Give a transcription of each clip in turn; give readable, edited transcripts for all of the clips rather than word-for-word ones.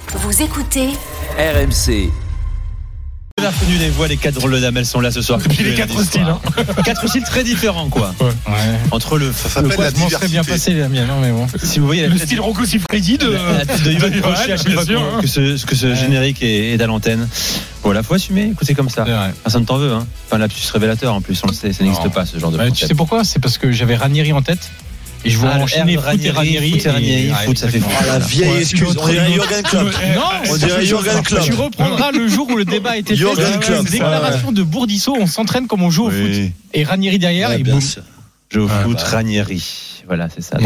Vous écoutez RMC. La retenue des voix, les 4 drôles de dames, elles sont là ce soir. Et puis les 4 styles. 4 styles très différents, quoi. Ouais. Entre le classement serait bien passé, les miens, mais bon. Si vous voyez le style Rocco Siffredi de Yvan Crochet, à chaque fois que ce générique est à l'antenne. Voilà, faut assumer, écoutez comme ça. Personne ne t'en veut, hein. Enfin, lapsus révélateur en plus, on le sait, ça n'existe pas ce genre de concept. Tu sais pourquoi ? C'est parce que j'avais Ranieri en tête. Et je vois enchaîner foot et Ranieri. Foot, ça fait fou. La vieille excuse, on dirait Jürgen Klopp. Non, On dirait Jürgen Klopp. Tu reprendras le jour où le débat était fait. Jürgen Klopp. Déclaration de Bourdissot, on s'entraîne comme on joue au foot. Et Ranieri derrière, et boum. Jeu au foot, Ranieri. Voilà, c'est ça.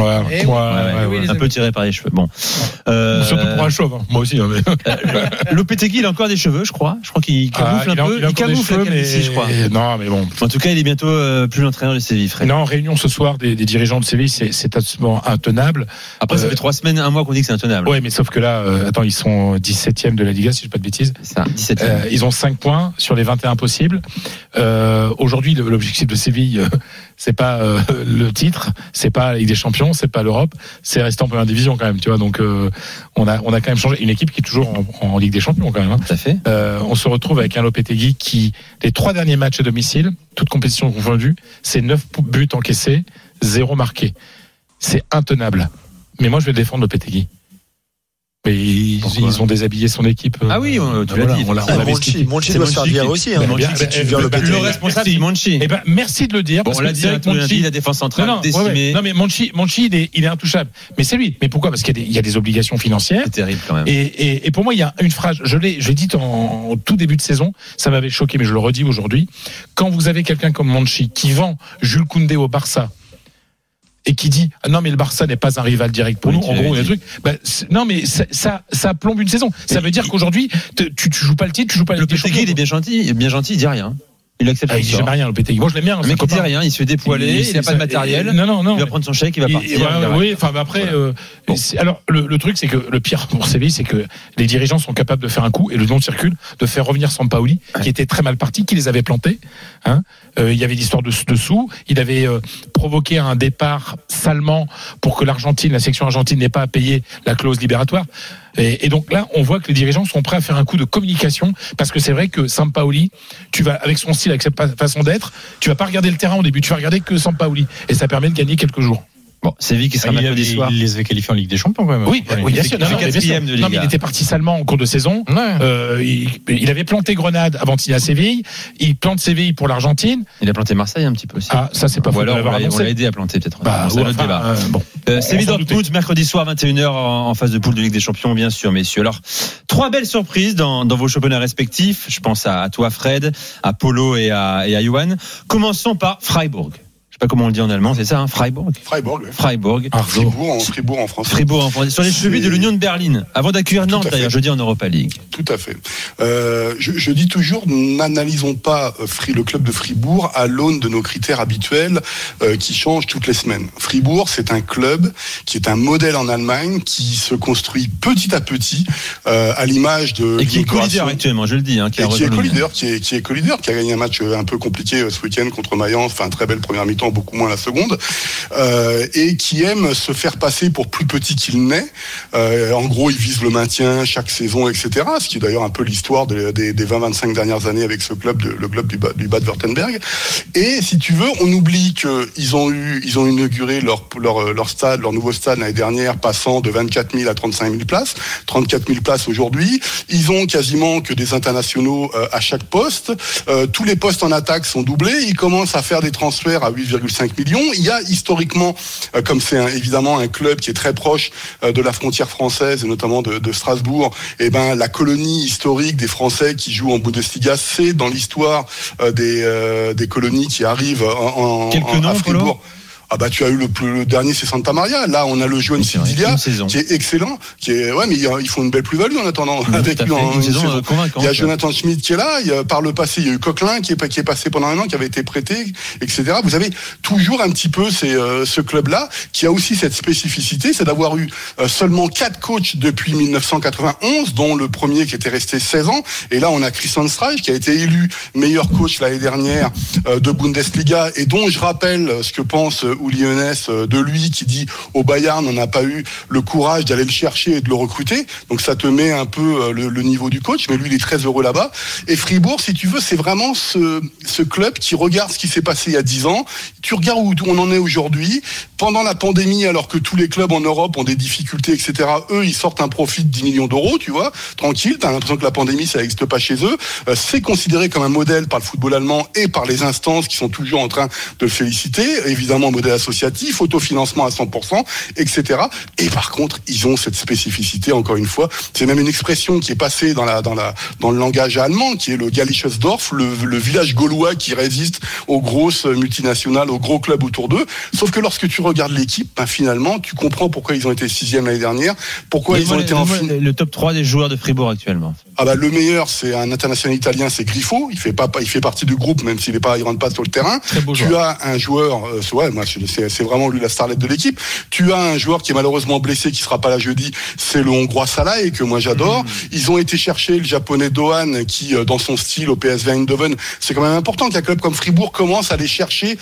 Un peu tiré par les cheveux. Bon. Surtout pour un chauve, hein. Moi aussi. Lopetegui, il a encore des cheveux, je crois. Je crois qu'il camoufle un peu. Il camoufle la calvitie, je crois. Non, mais bon. En tout cas, il est bientôt plus l'entraîneur de Séville, Fred. Non, réunion ce soir des dirigeants de Séville, c'est absolument intenable. Après, ça fait 3 semaines, 1 mois qu'on dit que c'est intenable. Ouais, mais sauf que là, ils sont 17e de la Liga, si je dis pas de bêtises. C'est ça, 17e. Ils ont 5 points sur les 21 possibles. Aujourd'hui, l'objectif de Séville, c'est pas le titre, c'est pas la Ligue des Champions, c'est pas l'Europe, c'est rester en première division quand même, tu vois. Donc on a quand même changé une équipe qui est toujours en Ligue des Champions quand même. Hein. Tout à fait. On se retrouve avec un Lopetegui qui, les 3 derniers matchs à domicile, toutes compétitions confondues, c'est 9 buts encaissés, 0 marqué. C'est intenable. Mais moi je vais défendre Lopetegui. Mais ils ont déshabillé son équipe. Ah oui, tu l'as dit. Monchi doit se faire virer aussi. Le responsable, c'est Monchi. Eh ben, merci de le dire. Bon, on l'a dit, Monchi, la défense centrale décimée. Non, mais Monchi, il est intouchable. Mais c'est lui. Mais pourquoi ? Parce qu'il y a des obligations financières. C'est terrible quand même. Et pour moi, il y a une phrase. Je l'ai dit en tout début de saison. Ça m'avait choqué, mais je le redis aujourd'hui. Quand vous avez quelqu'un comme Monchi qui vend Jules Koundé au Barça, et qui dit non mais le Barça n'est pas un rival direct pour nous, en gros il y a un truc, non mais ça plombe une saison. Ça veut dire qu'aujourd'hui tu joues pas le titre, tu joues pas le Lopetegui, il est bien gentil, il dit rien. Il accepte il dit jamais rien, Lopetegui. Moi je l'aime bien. Le mec il dit rien, il se fait dépoiler, il n'a pas de matériel. Non. Il va prendre son chèque, il va partir. Oui, enfin après. Alors le truc c'est que le pire pour Séville, c'est que les dirigeants sont capables de faire un coup et le nom circule, de faire revenir Sampaoli, qui était très mal parti, qui les avait plantés. Hein. Il y avait l'histoire de sous. Il avait provoqué un départ salement pour que la section argentine n'ait pas à payer la clause libératoire. Et donc là, on voit que les dirigeants sont prêts à faire un coup de communication, parce que c'est vrai que Sampaoli, tu vas avec son style, avec sa façon d'être, tu vas pas regarder le terrain au début, tu vas regarder que Sampaoli, et ça permet de gagner quelques jours. Bon, Séville qui sera mercredi soir. Il les avait qualifiés en Ligue des Champions quand même. Oui, bien sûr. Non, mais il était parti salement en cours de saison. Il avait planté Grenade avant de signer à Séville. Il plante Séville pour l'Argentine. Il a planté Marseille un petit peu aussi. Ah, ça c'est pas faux. Ou alors on l'a aidé à planter peut-être. C'est un autre débat. Séville Dortmund mercredi soir 21h en phase de poule de Ligue des Champions, bien sûr, messieurs. Alors 3 belles surprises dans vos championnats respectifs. Je pense à toi Fred, à Polo et à Johan. Commençons par Freiburg. Je sais pas comment on le dit en allemand, c'est ça, hein, Freiburg. Fribourg en France. Fribourg en France. Sur les chevilles de l'Union de Berlin. Avant d'accueillir Nantes, d'ailleurs, jeudi en Europa League. Tout à fait. Je dis toujours, n'analysons pas le club de Fribourg à l'aune de nos critères habituels qui changent toutes les semaines. Fribourg, c'est un club qui est un modèle en Allemagne, qui se construit petit à petit à l'image de. Et qui est co-leader actuellement, je le dis. Qui est co-leader, qui a gagné un match un peu compliqué ce week-end contre Mayence, enfin très belle première mi-temps, beaucoup moins la seconde, et qui aime se faire passer pour plus petit qu'il n'est. En gros, il vise le maintien chaque saison, etc. Ce qui est d'ailleurs un peu l'histoire des 20-25 dernières années avec ce club, le club du Bad-Württemberg. Et si tu veux, on oublie qu'ils ont inauguré leur stade, leur nouveau stade l'année dernière, passant de 24 000 à 35 000 places, 34 000 places aujourd'hui. Ils ont quasiment que des internationaux à chaque poste. Tous les postes en attaque sont doublés. Ils commencent à faire des transferts à 8,5 millions. Il y a historiquement, comme c'est évidemment un club qui est très proche de la frontière française et notamment de Strasbourg, et la colonie historique des Français qui jouent en Bundesliga, c'est dans l'histoire des colonies qui arrivent à Fribourg. Ah bah tu as eu le dernier, c'est Santa Maria. Là on a le Joan Sidilia qui est excellent, mais ils font une belle plus-value en attendant avec lui en saison. Il y a Jonathan Schmidt qui est là. Par le passé il y a eu Coquelin qui est passé pendant un an, qui avait été prêté, etc. Vous avez toujours un petit peu ce club-là qui a aussi cette spécificité, c'est d'avoir eu seulement 4 coachs depuis 1991, dont le premier qui était resté 16 ans. Et là on a Christian Streich qui a été élu meilleur coach l'année dernière de Bundesliga, et dont je rappelle ce que pense ou lyonnaise de lui qui dit au Bayern on n'a pas eu le courage d'aller le chercher et de le recruter, donc ça te met un peu le niveau du coach, mais lui il est très heureux là-bas. Et Fribourg, si tu veux, c'est vraiment ce club qui regarde ce qui s'est passé il y a 10 ans, tu regardes où on en est aujourd'hui, pendant la pandémie, alors que tous les clubs en Europe ont des difficultés, etc., eux ils sortent un profit de 10 millions d'euros, tu vois, tranquille, t'as l'impression que la pandémie ça n'existe pas chez eux, c'est considéré comme un modèle par le football allemand et par les instances qui sont toujours en train de le féliciter, évidemment modèle associatif, autofinancement à 100%, etc. Et par contre, ils ont cette spécificité, encore une fois, c'est même une expression qui est passée dans le langage allemand, qui est le Gallisches Dorf, le village gaulois qui résiste aux grosses multinationales, aux gros clubs autour d'eux. Sauf que lorsque tu regardes l'équipe, finalement, tu comprends pourquoi ils ont été 6e l'année dernière, pourquoi ils ont été en finale. Le top 3 des joueurs de Fribourg actuellement. Le meilleur, c'est un international italien, c'est Grifo. Il fait partie du groupe, même s'il rentre pas sur le terrain. Tu as un joueur, c'est vraiment lui la starlette de l'équipe. Tu as un joueur qui est malheureusement blessé, qui sera pas là jeudi, c'est le Hongrois Salah, et que moi j'adore. Ils ont été chercher le japonais Dohan, qui, dans son style au PSV Eindhoven, c'est quand même important qu'un club comme Fribourg commence à aller chercher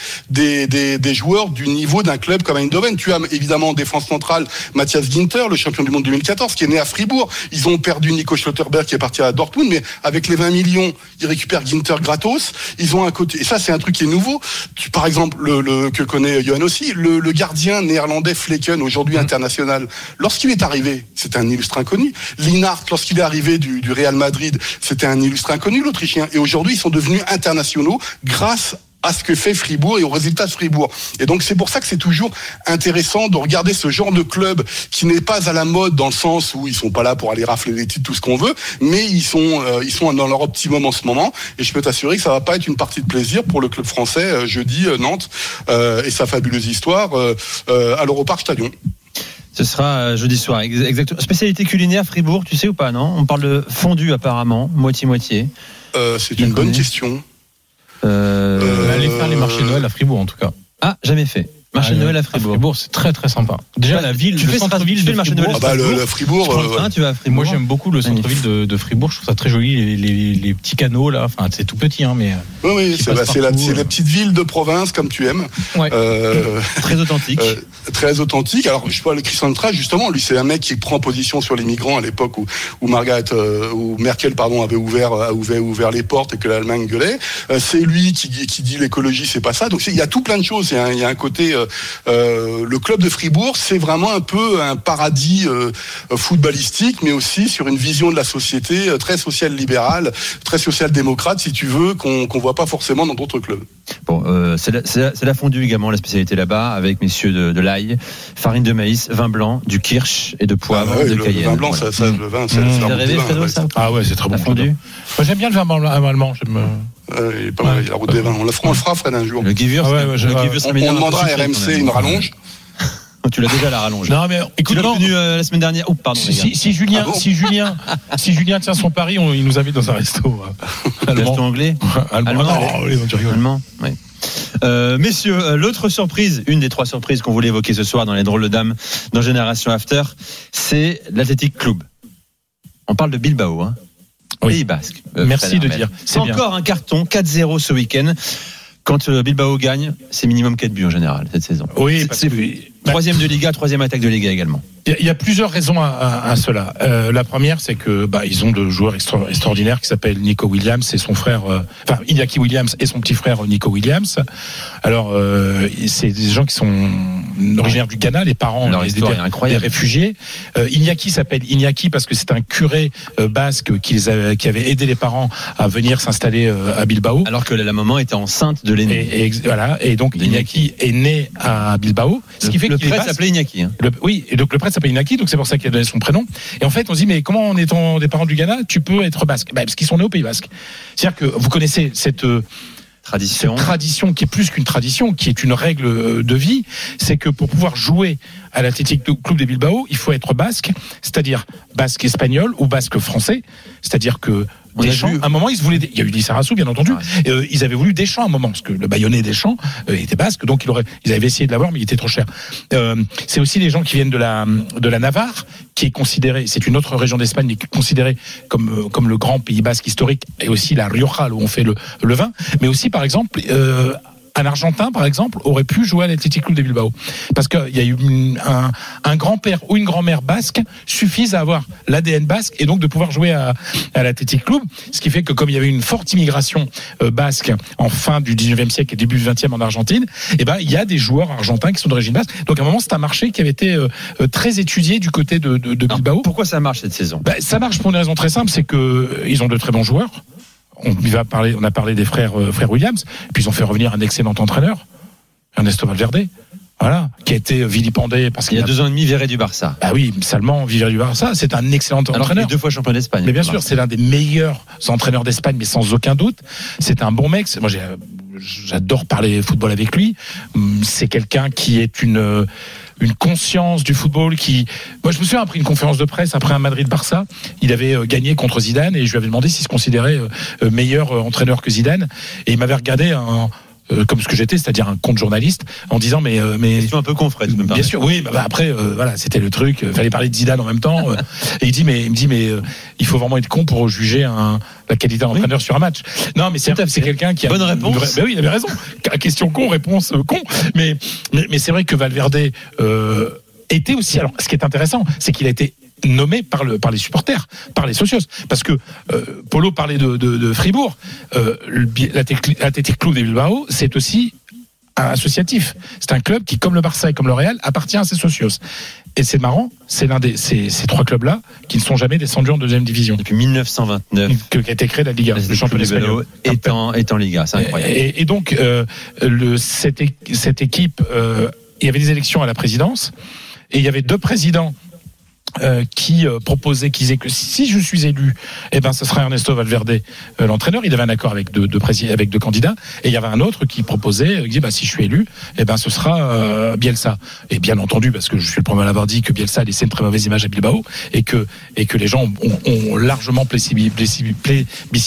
des joueurs du niveau d'un club comme Eindhoven. Tu as évidemment en défense centrale Matthias Ginter, le champion du monde 2014, qui est né à Fribourg. Ils ont perdu Nico Schlotterberg, qui est parti à Dortmund, mais avec les 20 millions, ils récupèrent Ginter gratos. Ils ont un côté, et ça c'est un truc qui est nouveau. Par exemple, que connaît Johan aussi, le gardien néerlandais Flecken, aujourd'hui international, lorsqu'il est arrivé, c'était un illustre inconnu. Lienhart, lorsqu'il est arrivé du Real Madrid, c'était un illustre inconnu, l'Autrichien. Et aujourd'hui, ils sont devenus internationaux grâce à ce que fait Fribourg et aux résultats de Fribourg. Et donc c'est pour ça que c'est toujours intéressant de regarder ce genre de club qui n'est pas à la mode, dans le sens où ils sont pas là pour aller rafler les titres, tout ce qu'on veut, mais ils sont dans leur optimum en ce moment. Et je peux t'assurer que ça va pas être une partie de plaisir pour le club français jeudi Nantes et sa fabuleuse histoire à l'Europark Stadion. Ce sera jeudi soir, exactement. Spécialité culinaire Fribourg, tu sais ou pas, non? On parle de fondue apparemment, moitié-moitié. C'est une bonne question. Allez faire les marchés Noël à Fribourg en tout cas. Ah, jamais fait. Marché de Noël à Fribourg. Fribourg, c'est très très sympa. Déjà la ville, le centre-ville de marché de Noël. Le Fribourg. Tu vas à Fribourg. Moi j'aime beaucoup le centre-ville de Fribourg. Je trouve ça très joli, les petits canaux là. Enfin, c'est tout petit, mais. Oui, c'est la petite ville de province comme tu aimes. Ouais. Très authentique. Très authentique. Alors je parle de Christian Trash, justement. Lui, c'est un mec qui prend position sur les migrants à l'époque où Merkel avait ouvert les portes et que l'Allemagne gueulait. C'est lui qui dit l'écologie, c'est pas ça. Donc il y a tout plein de choses. Il y a un côté. Le club de Fribourg, c'est vraiment un peu un paradis footballistique, mais aussi sur une vision de la société très social-libérale, très social-démocrate, si tu veux, qu'on voit pas forcément dans d'autres clubs. Bon, c'est la fondue également, la spécialité là-bas, avec messieurs de l'ail, farine de maïs, vin blanc, du kirsch et de poivre, de Cayenne. Le vin blanc, voilà. Le vin, c'est ça. Ah ouais, c'est très bon. Fondue. Moi, j'aime bien le vin allemand. Il est pas mal, il y a la route des vins. On le fera, Fred, un jour. Le Gewürz, on demandera à RMC une rallonge. Tu l'as déjà la rallonge. Non mais écoute, tu l'as venu la semaine dernière. Oh pardon. Si Julien tient son pari, il nous invite dans un resto. Resto anglais. Allemand. Oui. Messieurs, l'autre surprise, une des 3 surprises qu'on voulait évoquer ce soir dans les drôles de dames dans Génération After, c'est l'Athletic Club. On parle de Bilbao, Oui. Pays Basque. Merci de dire. C'est encore un carton 4-0 ce week-end. Quand Bilbao gagne, c'est minimum 4 buts en général cette saison. Oui, c'est 3e de Liga, 3e attaque de Liga également. Il y a plusieurs raisons à cela. La première, c'est que ils ont 2 joueurs extraordinaires qui s'appellent Nico Williams et son frère, Iñaki Williams et son petit frère Nico Williams. Alors, c'est des gens qui sont originaires du Ghana, les parents des réfugiés. Iñaki s'appelle Iñaki parce que c'est un curé basque qui avait aidé les parents à venir s'installer à Bilbao. Alors que la maman était enceinte de l'aîné. Et donc Iñaki est né à Bilbao. Ce qui fait le prêtre s'appelait Iñaki. Oui, et donc le prêtre s'appelle Iñaki, donc c'est pour ça qu'il a donné son prénom. Et en fait, on se dit, mais comment en étant des parents du Ghana, tu peux être basque? Parce qu'ils sont nés au Pays Basque. C'est-à-dire que vous connaissez cette tradition qui est plus qu'une tradition, qui est une règle de vie, c'est que pour pouvoir jouer à l'Athletic Club de Bilbao, il faut être basque, c'est-à-dire basque espagnol ou basque français, c'est-à-dire que Deschamps, à un moment, il y a eu Lissarassou, bien entendu. Ouais. Ils avaient voulu Deschamps à un moment, parce que le Bayonnais Deschamps était basque, donc ils avaient essayé de l'avoir, mais il était trop cher. C'est aussi des gens qui viennent de la Navarre, qui est considérée, c'est une autre région d'Espagne, mais qui est considérée comme le grand Pays basque historique, et aussi la Rioja, où on fait le vin. Mais aussi, par exemple, un Argentin, par exemple, aurait pu jouer à l'Athletic Club de Bilbao. Parce qu'il y a eu un grand-père ou une grand-mère basque suffisent à avoir l'ADN basque et donc de pouvoir jouer à l'Athletic Club. Ce qui fait que comme il y avait une forte immigration basque en fin du 19e siècle et début du 20e en Argentine, il y a des joueurs argentins qui sont d'origine basque. Donc à un moment, c'est un marché qui avait été très étudié du côté de Bilbao. Alors, pourquoi ça marche cette saison ? Ça marche pour une raison très simple, c'est qu'ils ont de très bons joueurs. On a parlé des frères Williams, puis ils ont fait revenir un excellent entraîneur, Ernesto Valverde, voilà, qui a été vilipendé parce qu'il y a 2 ans et demi viré du Barça. Ah oui, seulement viré du Barça, c'est un excellent entraîneur. Alors qu'il est 2 fois champion d'Espagne. Mais bien sûr, c'est l'un des meilleurs entraîneurs d'Espagne, mais sans aucun doute. C'est un bon mec. Moi, j'adore parler football avec lui. C'est quelqu'un qui est une conscience du football moi je me souviens après une conférence de presse après un Madrid-Barça, il avait gagné contre Zidane et je lui avais demandé s'il se considérait meilleur entraîneur que Zidane et il m'avait regardé comme ce que j'étais, c'est-à-dire un contre-journaliste, en disant mais question un peu con, Fred. Bien sûr, oui. Après, voilà, c'était le truc. Fallait parler de Zidane en même temps. Et il me dit, il faut vraiment être con pour juger la qualité d'entraîneur sur un match. Non, mais c'est quelqu'un qui a bonne réponse. Oui, il avait raison. Question con, réponse con. Mais c'est vrai que Valverde était aussi. Alors, ce qui est intéressant, c'est qu'il a été nommé par les supporters, par les socios. Parce que Polo parlait de Fribourg, l'Athletic Club de Bilbao, c'est aussi un associatif. C'est un club qui, comme le Barça et comme le Real, appartient à ses socios. Et c'est marrant, c'est l'un des ces 3 clubs-là qui ne sont jamais descendus en 2e division. Depuis 1929. Qui a été créé la Liga, le championnat espagnol. Est en Liga, c'est incroyable. Et donc, cette équipe, il y avait des élections à la présidence, et il y avait 2 présidents qui proposait, qui disait que si je suis élu, ce sera Ernesto Valverde l'entraîneur. Il avait un accord avec deux candidats, et il y avait un autre qui proposait, qui dit si je suis élu, ce sera Bielsa. Et bien entendu, parce que je suis le premier à l'avoir dit, que Bielsa a laissé une très mauvaise image à Bilbao et que les gens ont largement plébiscité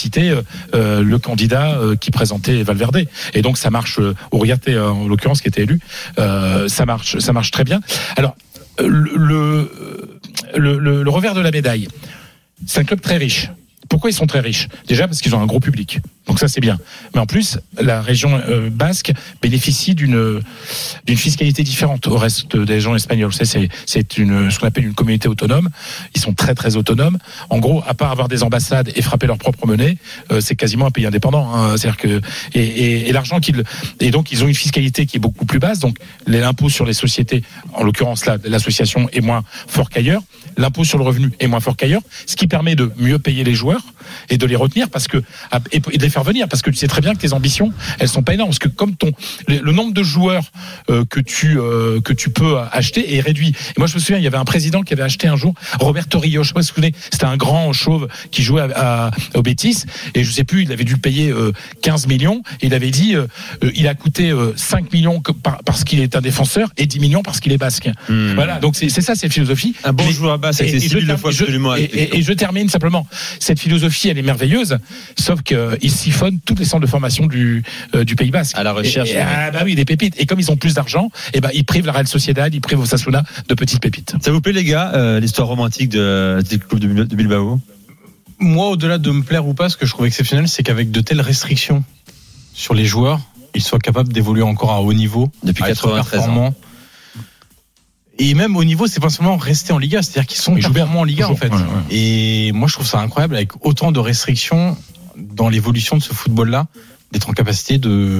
le candidat qui présentait Valverde. Et donc ça marche. Uriarte en l'occurrence qui était élu, ça marche très bien. Alors le revers de la médaille, c'est un club très riche. Pourquoi ils sont très riches ? Déjà parce qu'ils ont un gros public. Donc ça c'est bien. Mais en plus, la région basque bénéficie d'une fiscalité différente au reste des régions espagnoles. C'est ce qu'on appelle une communauté autonome. Ils sont très très autonomes. En gros, à part avoir des ambassades et frapper leur propre monnaie, c'est quasiment un pays indépendant. C'est-à-dire que et l'argent et donc ils ont une fiscalité qui est beaucoup plus basse. Donc l'impôt sur les sociétés, en l'occurrence là, l'association est moins fort qu'ailleurs. L'impôt sur le revenu est moins fort qu'ailleurs, ce qui permet de mieux payer les joueurs et de les retenir et de les faire venir, parce que tu sais très bien que tes ambitions, elles sont pas énormes, parce que comme le nombre de joueurs que tu peux acheter est réduit. Et moi je me souviens, il y avait un président qui avait acheté un jour Roberto Rio, je sais pas si vous vous souvenez, c'était un grand chauve qui jouait au Betis, et je sais plus, il avait dû le payer 15 millions, et il avait dit il a coûté 5 millions parce qu'il est un défenseur et 10 millions parce qu'il est basque. Voilà, donc c'est ça cette philosophie. Un bon joueur basque, c'est accessible de fois absolument. Et je termine simplement. Cette philosophie, elle est merveilleuse, sauf qu'il siphonne toutes les centres de formation du Pays Basque. À la recherche. Oui, des pépites. Et comme ils ont plus d'argent, ils privent la Real Sociedad, ils privent Osasuna de petites pépites. Ça vous plaît, les gars, l'histoire romantique du club de Bilbao ? Moi, au-delà de me plaire ou pas, ce que je trouve exceptionnel, c'est qu'avec de telles restrictions sur les joueurs, ils soient capables d'évoluer encore à haut niveau. Depuis 93 ans. Et même au niveau, c'est pas seulement rester en Liga, c'est-à-dire qu'ils sont performants en Liga, en fait. Ouais. Et moi, je trouve ça incroyable, avec autant de restrictions dans l'évolution de ce football-là, d'être en capacité de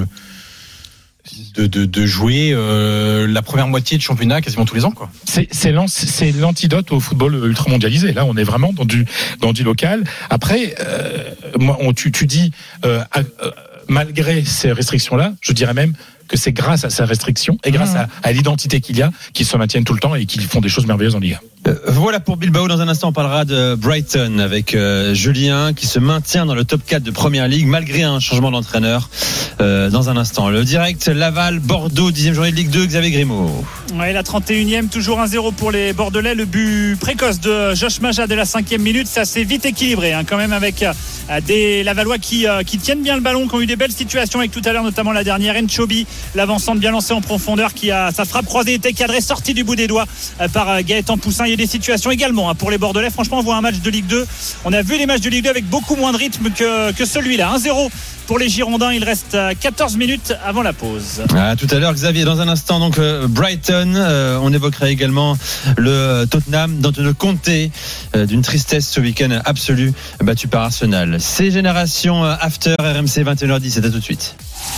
jouer la première moitié de championnat quasiment tous les ans, quoi. C'est l'antidote au football ultra mondialisé. Là, on est vraiment dans du local. Après, tu dis malgré ces restrictions-là, je dirais même que c'est grâce à ces restrictions et grâce à l'identité qu'il y a qu'ils se maintiennent tout le temps et qu'ils font des choses merveilleuses en Liga. Voilà pour Bilbao. Dans un instant, on parlera de Brighton avec Julien qui se maintient dans le top 4 de Première Ligue malgré un changement d'entraîneur. Dans un instant, le direct Laval, Bordeaux, 10e journée de Ligue 2, Xavier Grimaud. Ouais, la 31e, toujours 1-0 pour les Bordelais. Le but précoce de Josh Maja dès la 5e minute. Ça s'est vite équilibré quand même avec des Lavallois qui tiennent bien le ballon, qui ont eu des belles situations avec tout à l'heure, notamment la dernière, Nchobi L'avancante bien lancée en profondeur qui a sa frappe croisée était cadrée, sortie du bout des doigts par Gaëtan Poussin. Il y a des situations également pour les Bordelais. Franchement, on voit un match de Ligue 2. On a vu les matchs de Ligue 2 avec beaucoup moins de rythme que celui-là. 1-0 pour les Girondins. Il reste 14 minutes avant la pause. Tout à l'heure, Xavier, dans un instant, donc Brighton. On évoquera également le Tottenham d'Antonio Conte, d'une tristesse ce week-end absolu, battu par Arsenal. C'est Génération After, RMC 21h10. C'est à tout de suite.